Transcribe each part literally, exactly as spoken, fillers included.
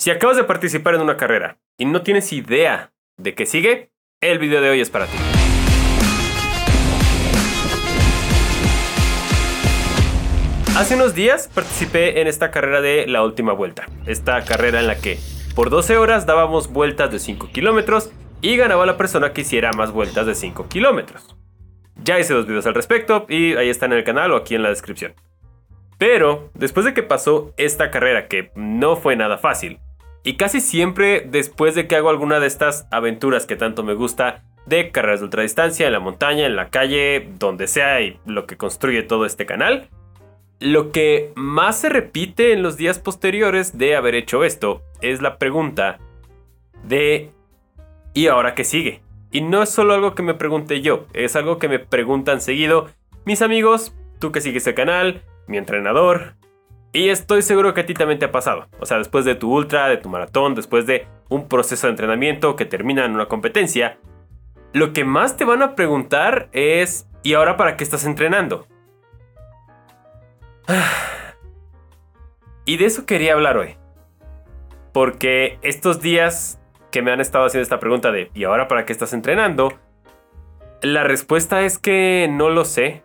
Si acabas de participar en una carrera y no tienes idea de qué sigue, el video de hoy es para ti. Hace unos días participé en esta carrera de la última vuelta. Esta carrera en la que por doce horas dábamos vueltas de cinco kilómetros y ganaba la persona que hiciera más vueltas de cinco kilómetros. Ya hice dos videos al respecto y ahí están en el canal o aquí en la descripción. Pero después de que pasó esta carrera, que no fue nada fácil, y casi siempre después de que hago alguna de estas aventuras que tanto me gusta, de carreras de ultradistancia, en la montaña, en la calle, donde sea y lo que construye todo este canal, lo que más se repite en los días posteriores de haber hecho esto es la pregunta de ¿y ahora qué sigue? Y no es solo algo que me pregunte yo, es algo que me preguntan seguido mis amigos, tú que sigues el canal, mi entrenador, y estoy seguro que a ti también te ha pasado. O sea, después de tu ultra, de tu maratón, después de un proceso de entrenamiento que termina en una competencia, lo que más te van a preguntar es ¿y ahora para qué estás entrenando? Y de eso quería hablar hoy, porque estos días que me han estado haciendo esta pregunta de ¿y ahora para qué estás entrenando? La respuesta es que no lo sé.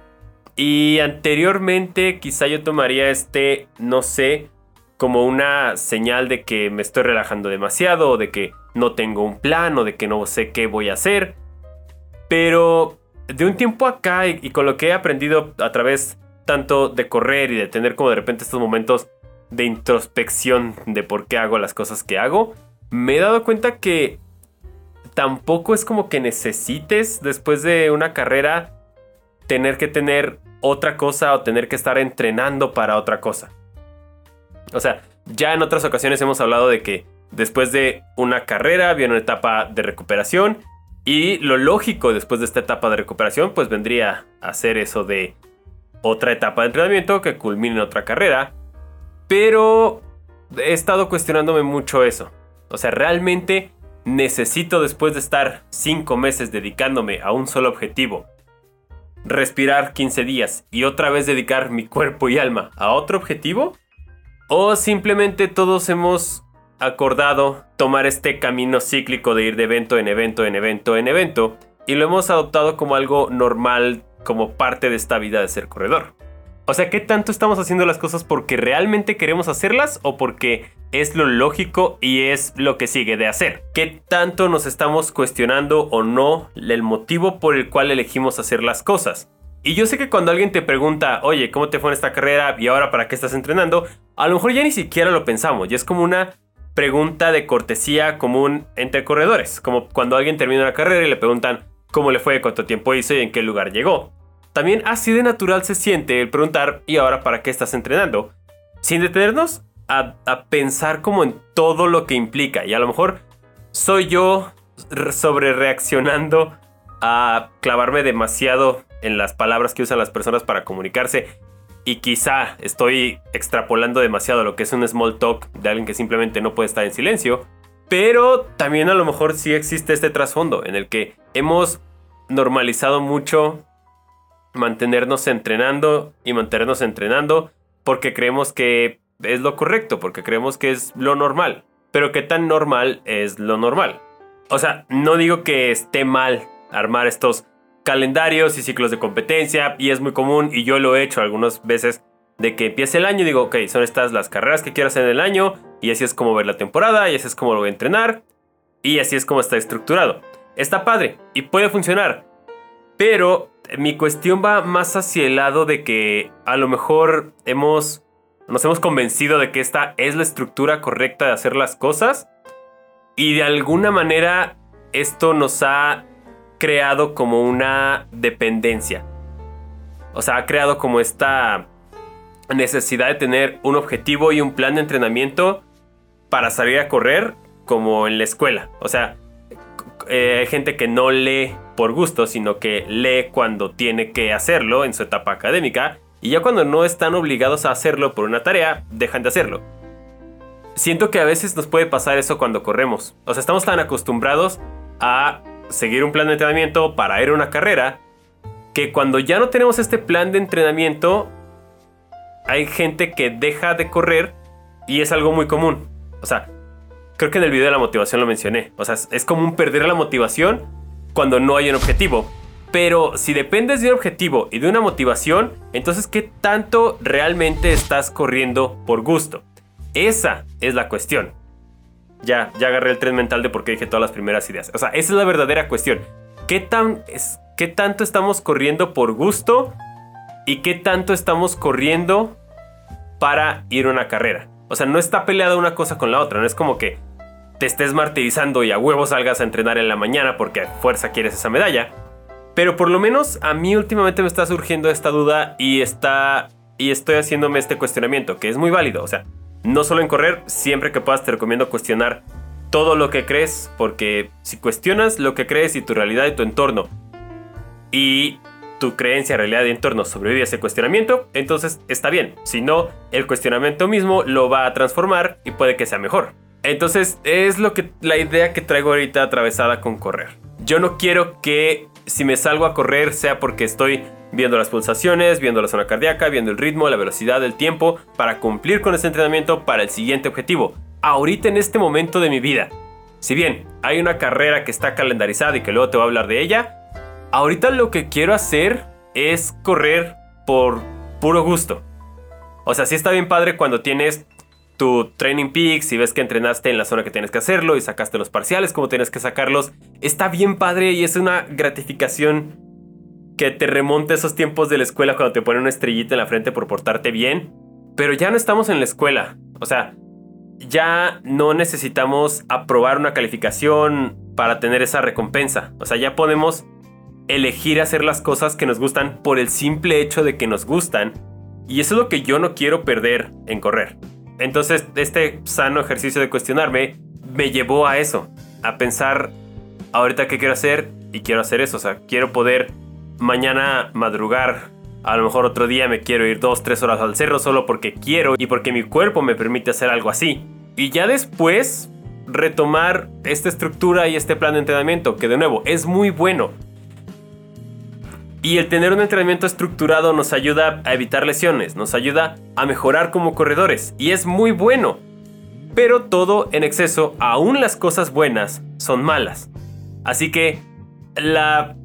Y anteriormente quizá yo tomaría este no sé como una señal de que me estoy relajando demasiado, o de que no tengo un plan, o de que no sé qué voy a hacer. Pero de un tiempo acá y, y con lo que he aprendido a través tanto de correr y de tener como de repente estos momentos de introspección de por qué hago las cosas que hago, me he dado cuenta que tampoco es como que necesites después de una carrera tener que tener otra cosa o tener que estar entrenando para otra cosa. O sea, ya en otras ocasiones hemos hablado de que después de una carrera viene una etapa de recuperación y lo lógico después de esta etapa de recuperación pues vendría a ser eso de otra etapa de entrenamiento que culmine en otra carrera. Pero he estado cuestionándome mucho eso. O sea, ¿realmente necesito después de estar cinco meses dedicándome a un solo objetivo, respirar quince días y otra vez dedicar mi cuerpo y alma a otro objetivo? ¿O simplemente todos hemos acordado tomar este camino cíclico de ir de evento en evento en evento en evento y lo hemos adoptado como algo normal, como parte de esta vida de ser corredor? O sea, ¿qué tanto estamos haciendo las cosas porque realmente queremos hacerlas o porque es lo lógico y es lo que sigue de hacer? ¿Qué tanto nos estamos cuestionando o no el motivo por el cual elegimos hacer las cosas? Y yo sé que cuando alguien te pregunta, oye, ¿cómo te fue en esta carrera y ahora para qué estás entrenando? A lo mejor ya ni siquiera lo pensamos, ya es como una pregunta de cortesía común entre corredores. Como cuando alguien termina una carrera y le preguntan cómo le fue, cuánto tiempo hizo y en qué lugar llegó. También así de natural se siente el preguntar ¿y ahora para qué estás entrenando? Sin detenernos a, a pensar como en todo lo que implica. Y a lo mejor soy yo sobre reaccionando a clavarme demasiado en las palabras que usan las personas para comunicarse. Y quizá estoy extrapolando demasiado lo que es un small talk de alguien que simplemente no puede estar en silencio. Pero también a lo mejor sí existe este trasfondo en el que hemos normalizado mucho mantenernos entrenando y mantenernos entrenando porque creemos que es lo correcto, porque creemos que es lo normal. Pero ¿qué tan normal es lo normal? O sea, no digo que esté mal armar estos calendarios y ciclos de competencia, y es muy común, y yo lo he hecho algunas veces, de que empiece el año y digo, ok, son estas las carreras que quiero hacer en el año, y así es como ver la temporada, y así es como lo voy a entrenar, y así es como está estructurado. Está padre, y puede funcionar, pero mi cuestión va más hacia el lado de que a lo mejor hemos, nos hemos convencido de que esta es la estructura correcta de hacer las cosas, y de alguna manera esto nos ha creado como una dependencia. O sea, ha creado como esta necesidad de tener un objetivo y un plan de entrenamiento para salir a correr, como en la escuela. O sea, eh, hay gente que no lee por gusto, sino que lee cuando tiene que hacerlo en su etapa académica, y ya cuando no están obligados a hacerlo por una tarea, dejan de hacerlo. Siento que a veces nos puede pasar eso cuando corremos. O sea, estamos tan acostumbrados a seguir un plan de entrenamiento para ir a una carrera, que cuando ya no tenemos este plan de entrenamiento, hay gente que deja de correr, y es algo muy común. O sea, creo que en el video de la motivación lo mencioné. O sea, es, es común perder la motivación cuando no hay un objetivo. Pero si dependes de un objetivo y de una motivación, entonces ¿qué tanto realmente estás corriendo por gusto? Esa es la cuestión. Ya, ya agarré el tren mental de por qué dije todas las primeras ideas. O sea, esa es la verdadera cuestión. ¿Qué, tan, es, ¿Qué tanto estamos corriendo por gusto? ¿Y qué tanto estamos corriendo para ir a una carrera? O sea, no está peleada una cosa con la otra. No es como que te estés martirizando y a huevo salgas a entrenar en la mañana porque a fuerza quieres esa medalla. Pero por lo menos a mí últimamente me está surgiendo esta duda y, está, y estoy haciéndome este cuestionamiento, que es muy válido. O sea, no solo en correr, siempre que puedas te recomiendo cuestionar todo lo que crees, porque si cuestionas lo que crees y tu realidad y tu entorno, y tu creencia, realidad y entorno sobrevive a ese cuestionamiento, entonces está bien. Si no, el cuestionamiento mismo lo va a transformar y puede que sea mejor. Entonces es lo que, la idea que traigo ahorita atravesada con correr. Yo no quiero que si me salgo a correr sea porque estoy viendo las pulsaciones, viendo la zona cardíaca, viendo el ritmo, la velocidad, el tiempo, para cumplir con ese entrenamiento para el siguiente objetivo. Ahorita en este momento de mi vida, si bien hay una carrera que está calendarizada y que luego te voy a hablar de ella, ahorita lo que quiero hacer es correr por puro gusto. O sea, sí está bien padre cuando tienes tu Training Peaks y ves que entrenaste en la zona que tienes que hacerlo y sacaste los parciales como tienes que sacarlos. Está bien padre y es una gratificación que te remonta a esos tiempos de la escuela cuando te ponen una estrellita en la frente por portarte bien. Pero ya no estamos en la escuela. O sea, ya no necesitamos aprobar una calificación para tener esa recompensa. O sea, ya podemos elegir hacer las cosas que nos gustan por el simple hecho de que nos gustan. Y eso es lo que yo no quiero perder en correr. Entonces, este sano ejercicio de cuestionarme me llevó a eso, a pensar ahorita qué quiero hacer y quiero hacer eso. O sea, quiero poder mañana madrugar, a lo mejor otro día me quiero ir dos, tres horas al cerro solo porque quiero y porque mi cuerpo me permite hacer algo así. Y ya después retomar esta estructura y este plan de entrenamiento, que de nuevo es muy bueno. Y el tener un entrenamiento estructurado nos ayuda a evitar lesiones, nos ayuda a mejorar como corredores y es muy bueno. Pero todo en exceso, aún las cosas buenas, son malas. Así que la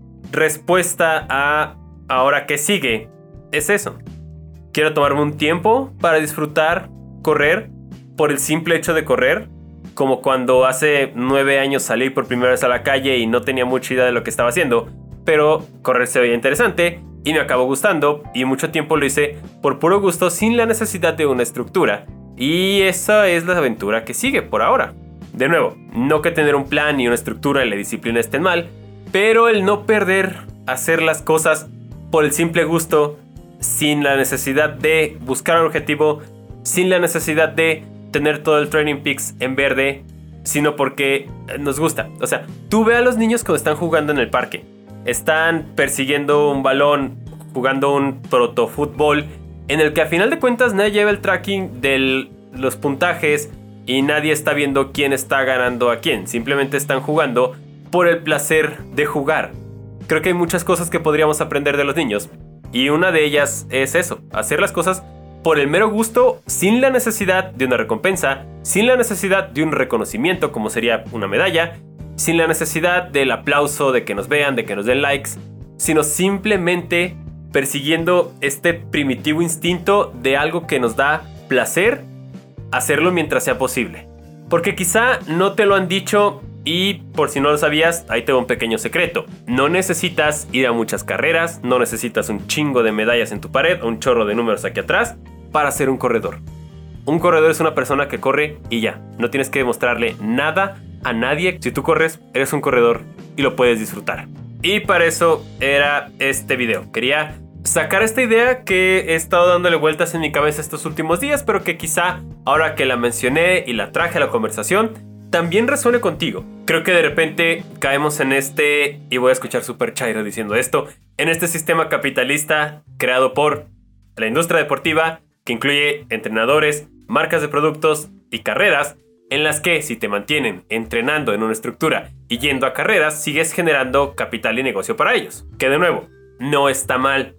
respuesta a ahora que sigue es eso. Quiero tomarme un tiempo para disfrutar correr por el simple hecho de correr. Como cuando hace nueve años salí por primera vez a la calle y no tenía mucha idea de lo que estaba haciendo. Pero correr se veía interesante y me acabó gustando y mucho tiempo lo hice por puro gusto sin la necesidad de una estructura. Y esa es la aventura que sigue por ahora. De nuevo, no que tener un plan y una estructura y la disciplina estén mal, pero el no perder hacer las cosas por el simple gusto, sin la necesidad de buscar un objetivo, sin la necesidad de tener todo el Training Peaks en verde, sino porque nos gusta. O sea, tú ve a los niños cuando están jugando en el parque. Están persiguiendo un balón, jugando un protofútbol, en el que a final de cuentas nadie lleva el tracking de los puntajes y nadie está viendo quién está ganando a quién. Simplemente están jugando por el placer de jugar. Creo que hay muchas cosas que podríamos aprender de los niños. Y una de ellas es eso, hacer las cosas por el mero gusto, sin la necesidad de una recompensa, sin la necesidad de un reconocimiento como sería una medalla, sin la necesidad del aplauso, de que nos vean, de que nos den likes, sino simplemente persiguiendo este primitivo instinto de algo que nos da placer, hacerlo mientras sea posible. Porque quizá no te lo han dicho y por si no lo sabías, ahí te doy un pequeño secreto. No necesitas ir a muchas carreras, no necesitas un chingo de medallas en tu pared o un chorro de números aquí atrás para ser un corredor. Un corredor es una persona que corre y ya, no tienes que demostrarle nada a nadie. Si tú corres, eres un corredor y lo puedes disfrutar. Y para eso era este video. Quería sacar esta idea que he estado dándole vueltas en mi cabeza estos últimos días, pero que quizá ahora que la mencioné y la traje a la conversación, también resuene contigo. Creo que de repente caemos en este, y voy a escuchar súper chairo diciendo esto, en este sistema capitalista creado por la industria deportiva, que incluye entrenadores, marcas de productos y carreras, en las que si te mantienen entrenando en una estructura y yendo a carreras, sigues generando capital y negocio para ellos. Que de nuevo, no está mal.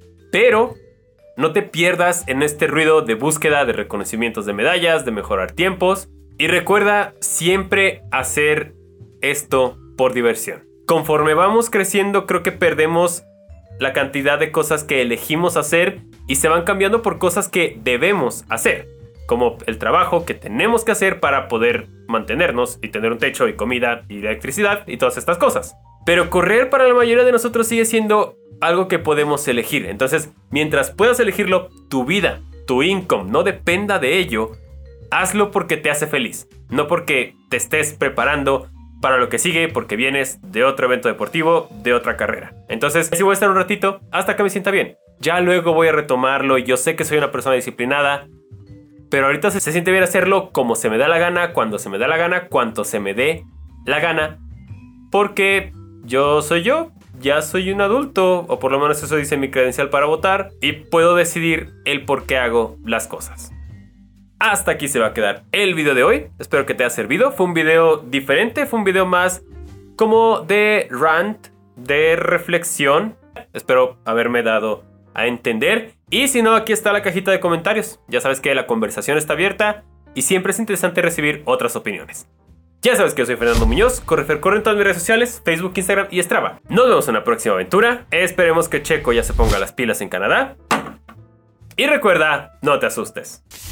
Pero no te pierdas en este ruido de búsqueda de reconocimientos de medallas, de mejorar tiempos, Y recuerda siempre hacer esto por diversión. Conforme vamos creciendo, creo que perdemos la cantidad de cosas que elegimos hacer y se van cambiando por cosas que debemos hacer, como el trabajo que tenemos que hacer para poder mantenernos y tener un techo y comida y electricidad y todas estas cosas. Pero correr para la mayoría de nosotros sigue siendo algo que podemos elegir. Entonces, mientras puedas elegirlo, tu vida, tu income no dependa de ello, hazlo porque te hace feliz, no porque te estés preparando para lo que sigue, porque vienes de otro evento deportivo, de otra carrera. Entonces, así voy a estar un ratito hasta que me sienta bien. Ya luego voy a retomarlo y yo sé que soy una persona disciplinada, pero ahorita se, se siente bien hacerlo como se me da la gana, cuando se me da la gana, cuanto se me dé la gana, porque yo soy yo, ya soy un adulto, o por lo menos eso dice mi credencial para votar, y puedo decidir el por qué hago las cosas. Hasta aquí se va a quedar el video de hoy. Espero que te haya servido. Fue un video diferente. Fue un video más como de rant, de reflexión. Espero haberme dado a entender. Y si no, aquí está la cajita de comentarios. Ya sabes que la conversación está abierta y siempre es interesante recibir otras opiniones. Ya sabes que yo soy Fernando Muñoz. Corre Corre en todas mis redes sociales, Facebook, Instagram y Strava. Nos vemos en la próxima aventura. Esperemos que Checo ya se ponga las pilas en Canadá. Y recuerda, no te asustes.